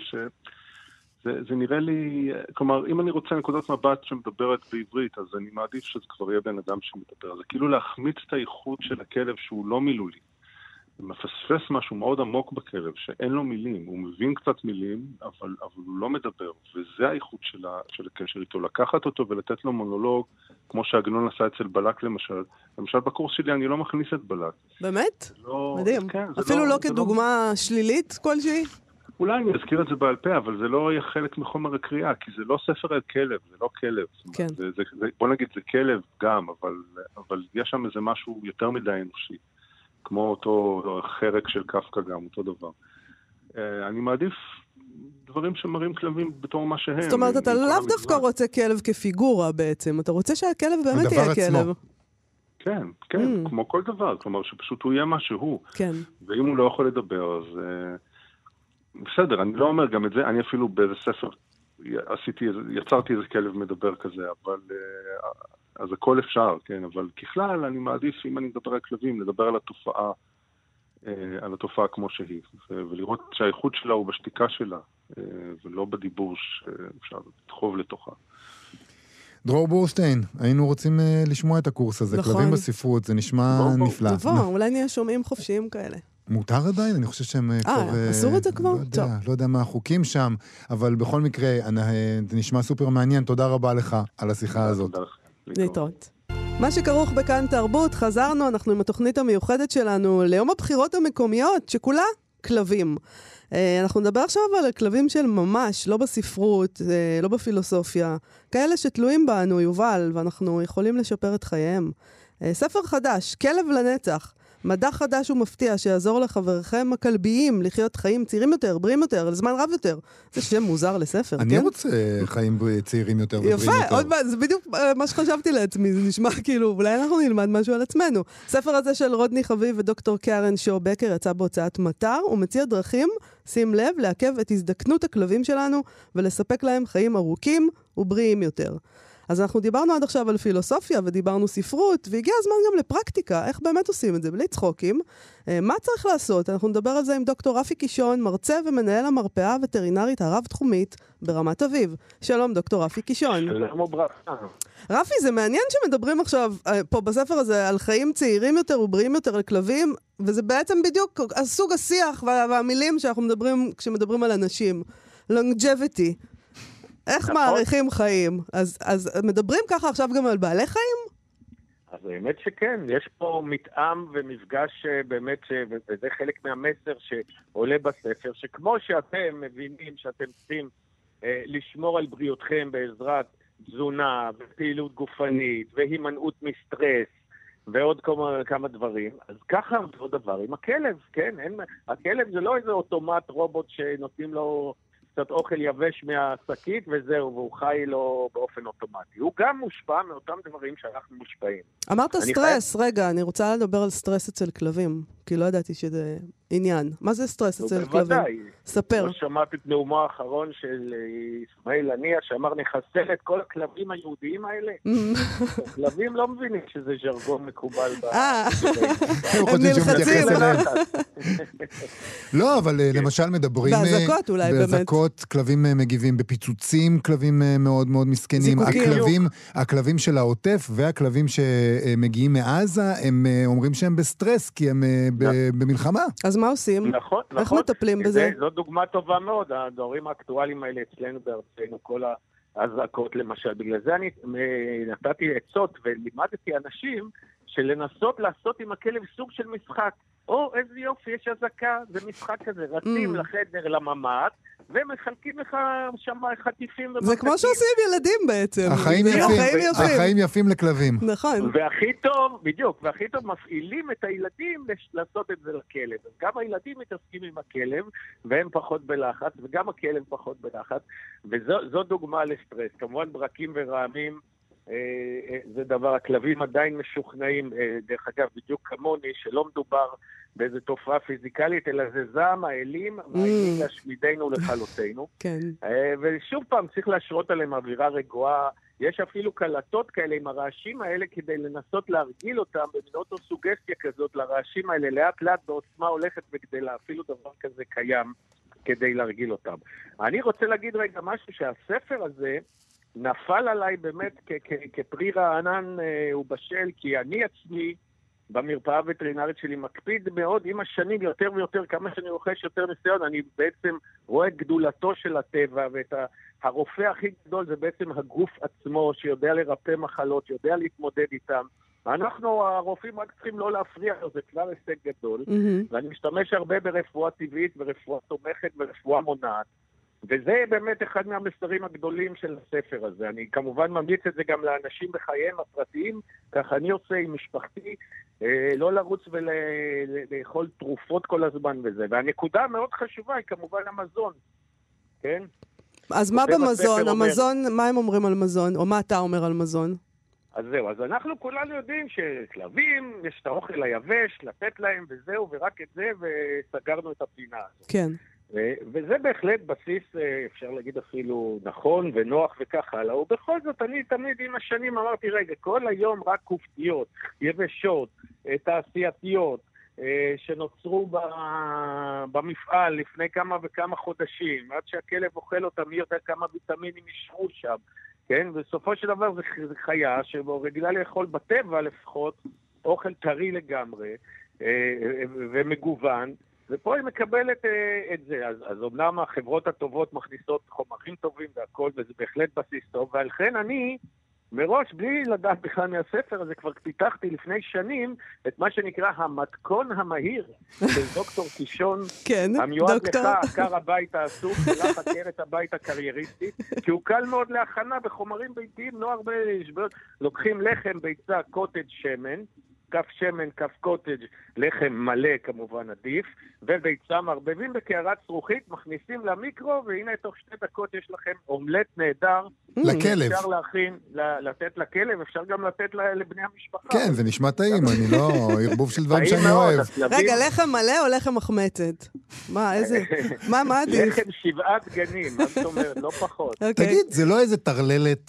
שזה נראה לי, כלומר, אם אני רוצה נקודת מבט שמדברת בעברית, אז אני מעדיף שזה כבר יהיה בן אדם שמדבר. זה כאילו להחמיץ את האיכות של הכלב שהוא לא מילולי. הוא מפספס משהו מאוד עמוק בכלב, שאין לו מילים, הוא מבין קצת מילים, אבל הוא לא מדבר, וזה האיכות של הקשר איתו, לקחת אותו ולתת לו מונולוג, כמו שהגנון עשה אצל בלק למשל בקורס שלי אני לא מכניס את בלק. באמת? לא, מדהים. כן, אפילו לא כדוגמה שלילית כלשהי? אולי אני אזכיר את זה בעל פה, אבל זה לא יהיה חלק מחומר הקריאה, כי זה לא ספר על כלב, זה לא כלב. כן. בוא נגיד, זה כלב גם, אבל יש שם איזה משהו יותר מדי אנושי. כמו אותו חרק של קפקא גם, אותו דבר. אני מעדיף דברים שמראים כלבים בתור מה שהם. זאת אומרת, אתה לאו דווקא רוצה כלב כפיגורה בעצם, אתה רוצה שהכלב באמת יהיה כלב. כן, כמו כל דבר, כלומר שפשוט הוא יהיה מה שהוא. כן. ואם הוא לא יכול לדבר, אז בסדר, אני לא אומר גם את זה, אני אפילו באיזה ספר יצרתי איזה כלב מדבר כזה, אבל אז הכל אפשר, כן, אבל ככלל אני מעדיף, אם אני מדבר על כלבים, לדבר על התופעה כמו שהיא, ולראות שהאיכות שלה הוא בשתיקה שלה, ולא בדיבור שאפשר לדחוב לתוכה. דרור בורשטיין, היינו רוצים לשמוע את הקורס הזה, נכון. כלבים בספרות, זה נשמע נפלא. אולי נהיה שומעים חופשיים כאלה. מותר עדיין? אני חושב שהם כבר... אסור את זה כבר? לא יודע מה החוקים שם, אבל בכל מקרה, זה נשמע סופר מעניין, תודה רבה לך על השיחה הזאת. להתראות. מה שכרוך בכאן תרבות, חזרנו, אנחנו עם התוכנית המיוחדת שלנו ליום הבחירות המקומיות, שכולה כלבים. אנחנו נדבר עכשיו על כלבים של ממש, לא בספרות, לא בפילוסופיה, כאלה שתלויים בנו, יובל, ואנחנו יכולים לשפר את חייהם. ספר חדש, כלב לנצח, מדע חדש ומפתיע שיעזור לחבריכם הכלביים לחיות חיים צעירים יותר, בריאים יותר, לזמן רב יותר. זה שם מוזר לספר, כן? אני רוצה חיים צעירים יותר ובריאים יותר. יפה, עוד מעט, זה בדיוק מה שחשבתי לעצמי, זה נשמע כאילו, אולי אנחנו נלמד משהו על עצמנו. ספר הזה של רודני חביב ודוקטור קרן שו בקר יצא בהוצאת מטר, ומציע דרכים, שים לב, לעכב את הזדקנות הכלבים שלנו, ולספק להם חיים ארוכים ובריאים יותר. אז אנחנו דיברנו עד עכשיו על פילוסופיה ודיברנו ספרות, והגיע הזמן גם לפרקטיקה, איך באמת עושים את זה, בלי צחוקים. מה צריך לעשות? אנחנו נדבר על זה עם דוקטור רפי קישון, מרצה ומנהל המרפאה הווטרינרית הרב-תחומית ברמת אביב. שלום, דוקטור רפי קישון. שלום וברכה. רפי, זה מעניין שמדברים עכשיו פה בספר הזה על חיים צעירים יותר ובריאים יותר לכלבים, וזה בעצם בדיוק הסוג השיח והמילים שאנחנו מדברים כשמדברים על אנשים. longevity. איך מעריכים חיים? אז מדברים ככה עכשיו גם על בעלי חיים? אז האמת שכן, יש פה מתאם ומפגש באמת, וזה חלק מהמסר שעולה בספר, שכמו שאתם מבינים שאתם צריכים לשמור על בריאותכם בעזרת תזונה ופעילות גופנית והימנעות מסטרס ועוד כמה דברים, אז ככה אותו דבר עם הכלב, כן? הכלב זה לא איזה אוטומט רובוט שנותנים לו קצת אוכל יבש מהשקית וזהו, והוא חי לו באופן אוטומטי. הוא גם מושפע מאותם דברים שאנחנו מושפעים. אמרת סטרס, רגע, אני רוצה לדבר על סטרס אצל כלבים, כי לא ידעתי שזה עניין. מה זה סטרס אצל כלבים? בוודאי. ספר. לא שמעת את נאומו האחרון של ישמעאל הנייה, שאמר נחסל את כל הכלבים היהודיים האלה. הכלבים לא מבינים שזה ז'רגון מקובל. הם נלחצים. לא, אבל למשל מדברים... בהזקות אולי באמת. בהזקות כלבים מגיבים, בפיצוצים כלבים מאוד מאוד מסכנים. הכלבים של העוטף והכלבים שמגיעים מעזה, הם אומרים שהם בסטרס, כי הם במלחמה. אז מה עושים? נכון. איך מטפלים בזה? זו דוגמה טובה מאוד, הדברים האקטואליים האלה אצלנו בארצנו, כל ההזעקות למשל. בגלל זה אני נתתי עצות ולימדתי אנשים שלנסות לעשות עם הכלב סוג של משחק. איזה יופי, יש הזעקה, זה משחק כזה, רצים לחדר, לממ"ד, ומחלקים לך שם חטיפים ומחלקים. זה כמו שעושים ילדים בעצם. החיים יפים לכלבים. נכון. והכי טוב, בדיוק, והכי טוב מפעילים את הילדים לעשות את זה לכלב. אז גם הילדים מתעסקים עם הכלב, והם פחות בלחץ, וגם הכלב פחות בלחץ, וזו דוגמה לסטרס. כמובן ברקים ורעמים, זה דבר, הכלבים עדיין משוכנעים, דרך אגב, בדיוק כמוני, שלא מדובר באיזו תופעה פיזיקלית, אלא זה זעם, האלים, מאיימים להשמידנו לכלותנו. כן. ושוב פעם, צריך להשרות עליהם אווירה רגועה, יש אפילו קלטות כאלה עם הרעשים האלה, כדי לנסות להרגיל אותם, במין אוטוסוגסטיה כזאת, לרעשים האלה, לאט לאט בעוצמה הולכת וגדלה, אפילו דבר כזה קיים, כדי להרגיל אותם. אני רוצה להגיד רגע משהו, שהספר הזה, נפל עליי באמת כפרי רענן ובשל, כי אני עצמי במרפאה הווטרינרית שלי מקפיד מאוד עם השנים יותר ויותר, כמה שאני רוכש יותר ניסיון, אני בעצם רואה את גדולתו של הטבע, ואת הרופא הכי גדול זה בעצם הגוף עצמו, שיודע לרפא מחלות, יודע להתמודד איתם. אנחנו הרופאים רק צריכים לא להפריע, זה כבר הישג גדול, ואני משתמש הרבה ברפואה טבעית ורפואה תומכת ורפואה מונעת. וזה באמת אחד מהמסרים הגדולים של הספר הזה. אני כמובן ממליץ את זה גם לאנשים בחייהם הפרטיים, ככה אני עושה עם משפחתי, לא לרוץ ולאכול תרופות כל הזמן וזה. והנקודה המאוד חשובה היא כמובן המזון, כן? אז מה במזון? המזון, מה הם אומרים על מזון? או מה אתה אומר על מזון? אז זהו, אז אנחנו כולנו יודעים שכלבים, יש את האוכל היבש, לתת להם וזהו, ורק את זה, וסגרנו את הפינה הזאת. כן. וזה בהחלט בסיס, אפשר להגיד אפילו נכון ונוח וכך הלאה, ובכל זאת אני תמיד עם השנים אמרתי, רגע, כל היום רק כופתיות, יבשות, תעשייתיות, שנוצרו במפעל לפני כמה וכמה חודשים, עד שהכלב אוכל אותם, מי יודע כמה ויטמינים ישרו שם, כן? בסופו של דבר זה חיה שרגילה לאכול בטבע לפחות אוכל טרי לגמרי ומגוון, ופה היא מקבלת את זה. אז אומנם החברות הטובות מכניסות חומרים טובים והכל, וזה בהחלט בסיס טוב, ולכן אני מראש, בלי לדעת בכלל מהספר הזה, כבר פיתחתי לפני שנים את מה שנקרא המתכון המהיר של דוקטור קישון, כן, המיועד דוקטור. לך, עקר הבית העסוק, לך עקרת הבית הקרייריסטית, כי הוא קל מאוד להכנה בחומרים ביתיים, לא הרבה שבועות. לוקחים לחם, ביצה, קוטג' שמן, כף שמן, כף קוטג', לחם מלא כמובן עדיף, וביצה מערבבים בקערת זרוחית, מכניסים למיקרו, והנה תוך 2 דקות יש לכם אומלט נהדר. לכלב. אפשר להכין, לתת לכלב, אפשר גם לתת לבני המשפחה. כן, זה נשמע טעים, אני לא... ערבוב של דברים שאני מאוד, אוהב. הכלבים- רגע, לחם מלא או לחם מחמצת? מה, איזה... מה עדיף? לחם 7 דגנים, מה זאת אומרת, לא פחות. אוקיי. תגיד, זה לא איזה טרללת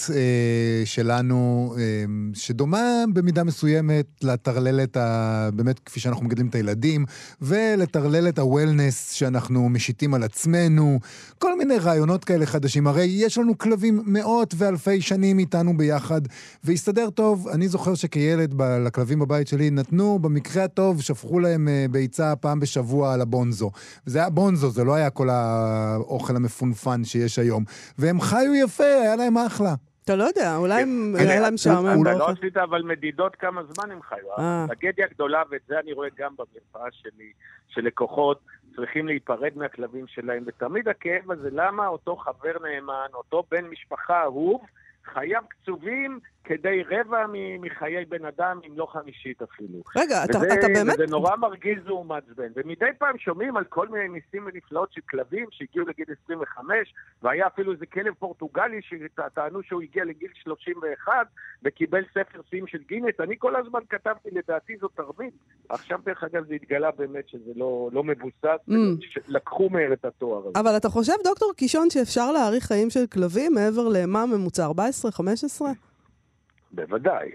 שלנו, שדומה במידה מסוימת לטרללת, באמת כפי שאנחנו מגדלים את הילדים, ולטרללת הוולנס שאנחנו משיתים על עצמנו, כל מיני רעיונות כאלה חדשים. הרי יש לנו כלבים מאות ואלפי שנים איתנו ביחד, והסתדר טוב. אני זוכר שכילד לכלבים בבית שלי נתנו, במקרה הטוב, שפכו להם ביצה פעם בשבוע על הבונזו. וזה היה בונזו, זה לא היה כל האוכל המפונפן שיש היום. והם חיו יפה, היה להם אחלה. אתה לא יודע, אולי היה להם שעמם. אתה לא עשית אבל מדידות כמה זמן הם חיו. הטרגדיה גדולה, ואת זה אני רואה גם במרפאה שלי, שלקוחות צריכים להיפרד מהכלבים שלהם, ותמיד הכאב הזה, למה אותו חבר נאמן, אותו בן משפחה אהוב, חייו קצובים כדי רבע מחיי בן אדם, אם לא 50 אפילו. רגע, אתה באמת... וזה נורא מרגיז ומעצבן. ומדי פעם שומעים על כל מיני ניסים ונפלאות של כלבים שהגיעו לגיל 25, והיה אפילו איזה כלב פורטוגלי שטענו שהוא הגיע לגיל 31, וקיבל ספר שיאים של גינס. אני כל הזמן כתבתי, לדעתי זו תרמית. עכשיו דרך אגב זה התגלה באמת שזה לא מבוסס, לקחו מהר את התואר הזה. אבל אתה חושב, דוקטור קישון, שאפשר להאריך חיים של כלבים מעבר למה ממוצע 14-15? בוודאי.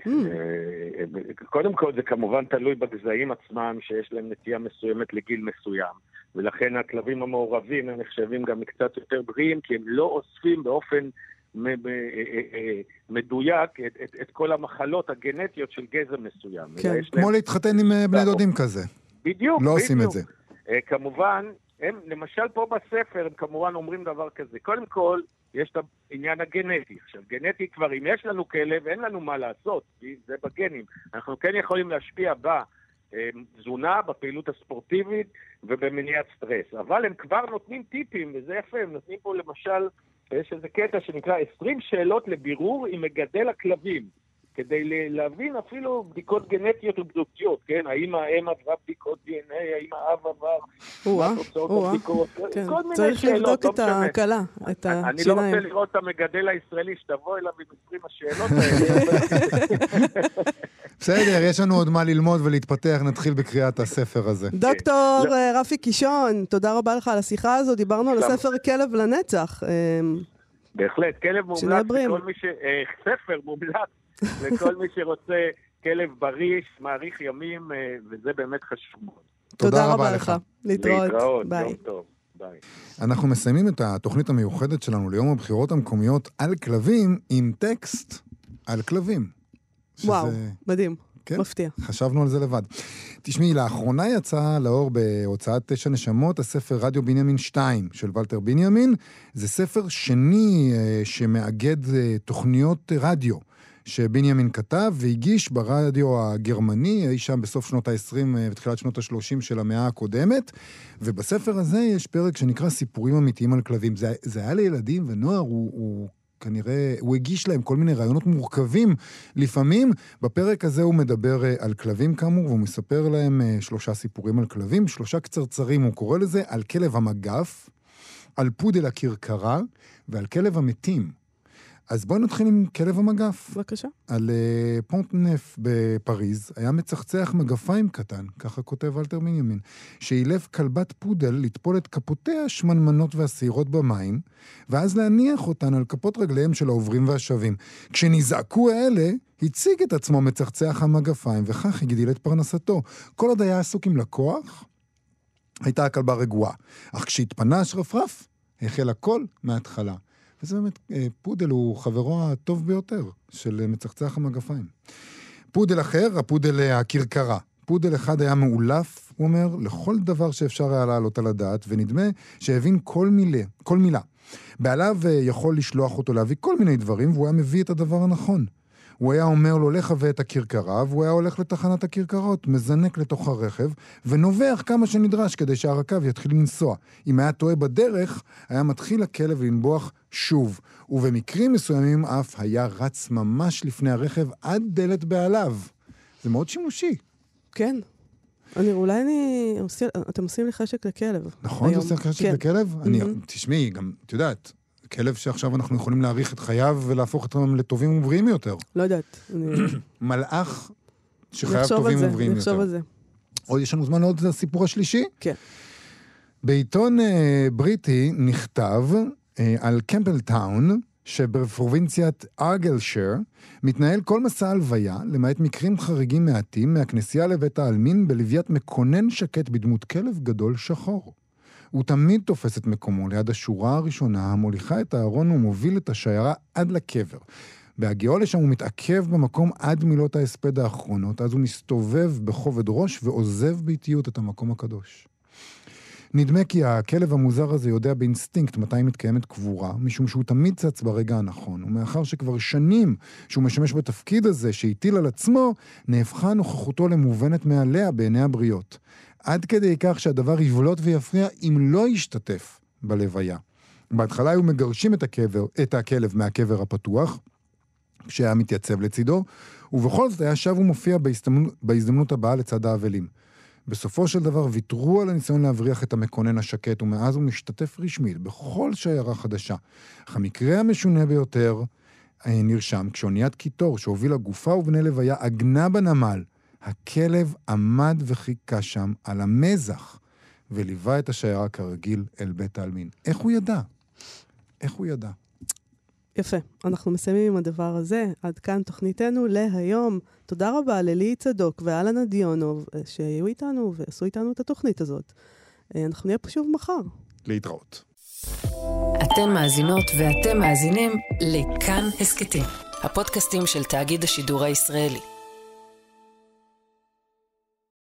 קודם כל זה כמובן תלוי בגזעים עצמם שיש להם נטייה מסוימת לגיל מסוים, ולכן הכלבים המעורבים הם נחשבים גם קצת יותר בריאים, כי הם לא אוספים באופן מדויק את כל המחלות הגנטיות של גזע מסוים. כמו להתחתן עם בני דודים כזה. בדיוק. לא עושים את זה. כמובן, הם למשל פה בספר הם כמובן אומרים דבר כזה. קודם כל, יש את העניין הגנטי. עכשיו, גנטי כבר, אם יש לנו כלב, אין לנו מה לעשות, כי זה בגנים. אנחנו כן יכולים להשפיע בתזונה, בפעילות הספורטיבית ובמניעת סטרס. אבל הם כבר נותנים טיפים, וזה יפה, הם נותנים פה למשל, יש איזה קטע שנקרא 20 שאלות לבירור עם מגדל הכלבים. כדי להבין אפילו בדיקות גנטיות ובדוקיות, כן? האם האם עברה בדיקות DNA, האם האב עבר, מה תוצאות הבדיקות, כל מיני צריך לבדוק את ההקלה, את השיניים. אני לא רוצה לראות את המגדל הישראלי שתבוא אליו עם 20 השאלות האלה. בסדר, יש לנו עוד מה ללמוד ולהתפתח, נתחיל בקריאת הספר הזה. דוקטור רפי קישון, תודה רבה לך על השיחה הזו, דיברנו על הספר כלב לנצח. בהחלט, כלב מומלץ לכל מי ספר מומלץ לכל מי שרוצה כלב בריא, מעריך ימים, וזה באמת חשוב מאוד. תודה רבה לך. להתראות. ביי. יום טוב. ביי. אנחנו מסיימים את התוכנית המיוחדת שלנו ליום הבחירות המקומיות על כלבים עם טקסט על כלבים. וואו, מדהים. כן? מפתיע. חשבנו על זה לבד. תשמעי, לאחרונה יצא לאור בהוצאת 9 נשמות הספר רדיו בנימין 2 של ולטר בנימין. זה ספר שני שמאגד תוכניות רדיו שבנימין כתב והגיש ברדיו הגרמני, אי שם בסוף שנות ה-20 ותחילת שנות ה-30 של המאה הקודמת, ובספר הזה יש פרק שנקרא סיפורים אמיתיים על כלבים. זה היה לילדים ונוער, הוא כנראה, הוא הגיש להם כל מיני רעיונות מורכבים לפעמים. בפרק הזה הוא מדבר על כלבים כאמור, והוא מספר להם 3 סיפורים על כלבים, 3 קצרצרים, הוא קורא לזה, על כלב המגף, על פודל הכרכרה, ועל כלב המתים. אז בואו נתחיל עם כלב המגף. בבקשה. על פונט-נף בפריז היה מצחצח מגפיים קטן, ככה כותב ולטר בנימין, שאילף כלבת פודל לטפול את כפותיה השמנמנות והשעירות במים, ואז להניח אותן על כפות רגליהם של העוברים והשבים. כשנזעקו האלה, הציג את עצמו מצחצח המגפיים, וכך הגדיל את פרנסתו. כל עוד היה עסוק עם לקוח, הייתה הכלבה רגועה. אך כשהתפנה השרפרף, החל הכל מההתחלה. וזה באמת, פודל הוא חברו הטוב ביותר של מצחצח המגפיים. פודל אחר, הפודל הכרכרה. פודל אחד היה מאולף, הוא אומר, לכל דבר שאפשר היה לעלות על הדעת, ונדמה שהבין כל מילה. בעליו יכול לשלוח אותו להביא כל מיני דברים, והוא היה מביא את הדבר הנכון. הוא היה אומר לו, לך ואת הכרכרה, והוא היה הולך לתחנת הכרכרות, מזנק לתוך הרכב, ונובח כמה שנדרש כדי שהרכב יתחיל לנסוע. אם היה טועה בדרך, היה מתחיל הכלב לנבוח שוב, ובמקרים מסוימים אף היה רץ ממש לפני הרכב עד דלת בעליו. זה מאוד שימושי. כן. אתם עושים לי חשק לכלב. נכון, זה עושה חשק לכלב? תשמעי, גם, את יודעת, כלב שעכשיו אנחנו יכולים להאריך את חייו ולהפוך אותם לטובים ובריאים יותר. לא יודעת. מלאך שחייו טובים ובריאים יותר. נחשוב על זה. עוד יש לנו זמן לעוד לסיפור השלישי? כן. בעיתון בריטי נכתב על קמפבלטאון, שבפרובינציית ארגלשייר, מתנהל כל מסע הלוויה, למעט מקרים חריגים מעטים, מהכנסייה לבית העלמין בלוויית מקונן שקט בדמות כלב גדול שחור. הוא תמיד תופס את מקומו ליד השורה הראשונה, המוליכה את הארון ומוביל את השיירה עד לקבר. בהגיעו לשם הוא מתעכב במקום עד מילות ההספד האחרונות, אז הוא מסתובב בכובד ראש ועוזב באיטיות את המקום הקדוש. נדמה כי הכלב המוזר הזה יודע באינסטינקט מתי מתקיימת קבורה, משום שהוא תמיד צץ ברגע הנכון, ומאחר שכבר שנים שהוא משמש בתפקיד הזה שהטיל על עצמו, נהפכה נוכחותו למובנת מעליה בעיני הבריות. עד כדי כך שהדבר יבלוט ויפריע אם לא ישתתף בלוויה. בהתחלה היו מגרשים את הכלב מהקבר הפתוח, כשהיה מתייצב לצידו, ובכל זאת היה שב ומופיע בהזדמנות הבאה לצד האבלים. בסופו של דבר ויתרו על הניסיון להבריח את המקונן השקט, ומאז הוא משתתף רשמית בכל שיירה חדשה. אך המקרה המשונה ביותר נרשם כשאוניית קיטור שהובילה גופה ובני לוויה עגנה בנמל. הכלב עמד וחיכה שם על המזח, וליווה את השיירה כרגיל אל בית העלמין. איך הוא ידע? איך הוא ידע? יפה. אנחנו מסיימים עם הדבר הזה. עד כאן תוכניתנו להיום. תודה רבה ללי צדוק ואלנה דיונוב, שהיו איתנו ועשו איתנו את התוכנית הזאת. אנחנו נהיה פה שוב מחר. להתראות. אתן מאזינות ואתם מאזינים לכאן הסקטים, הפודקאסטים של תאגיד השידור הישראלי.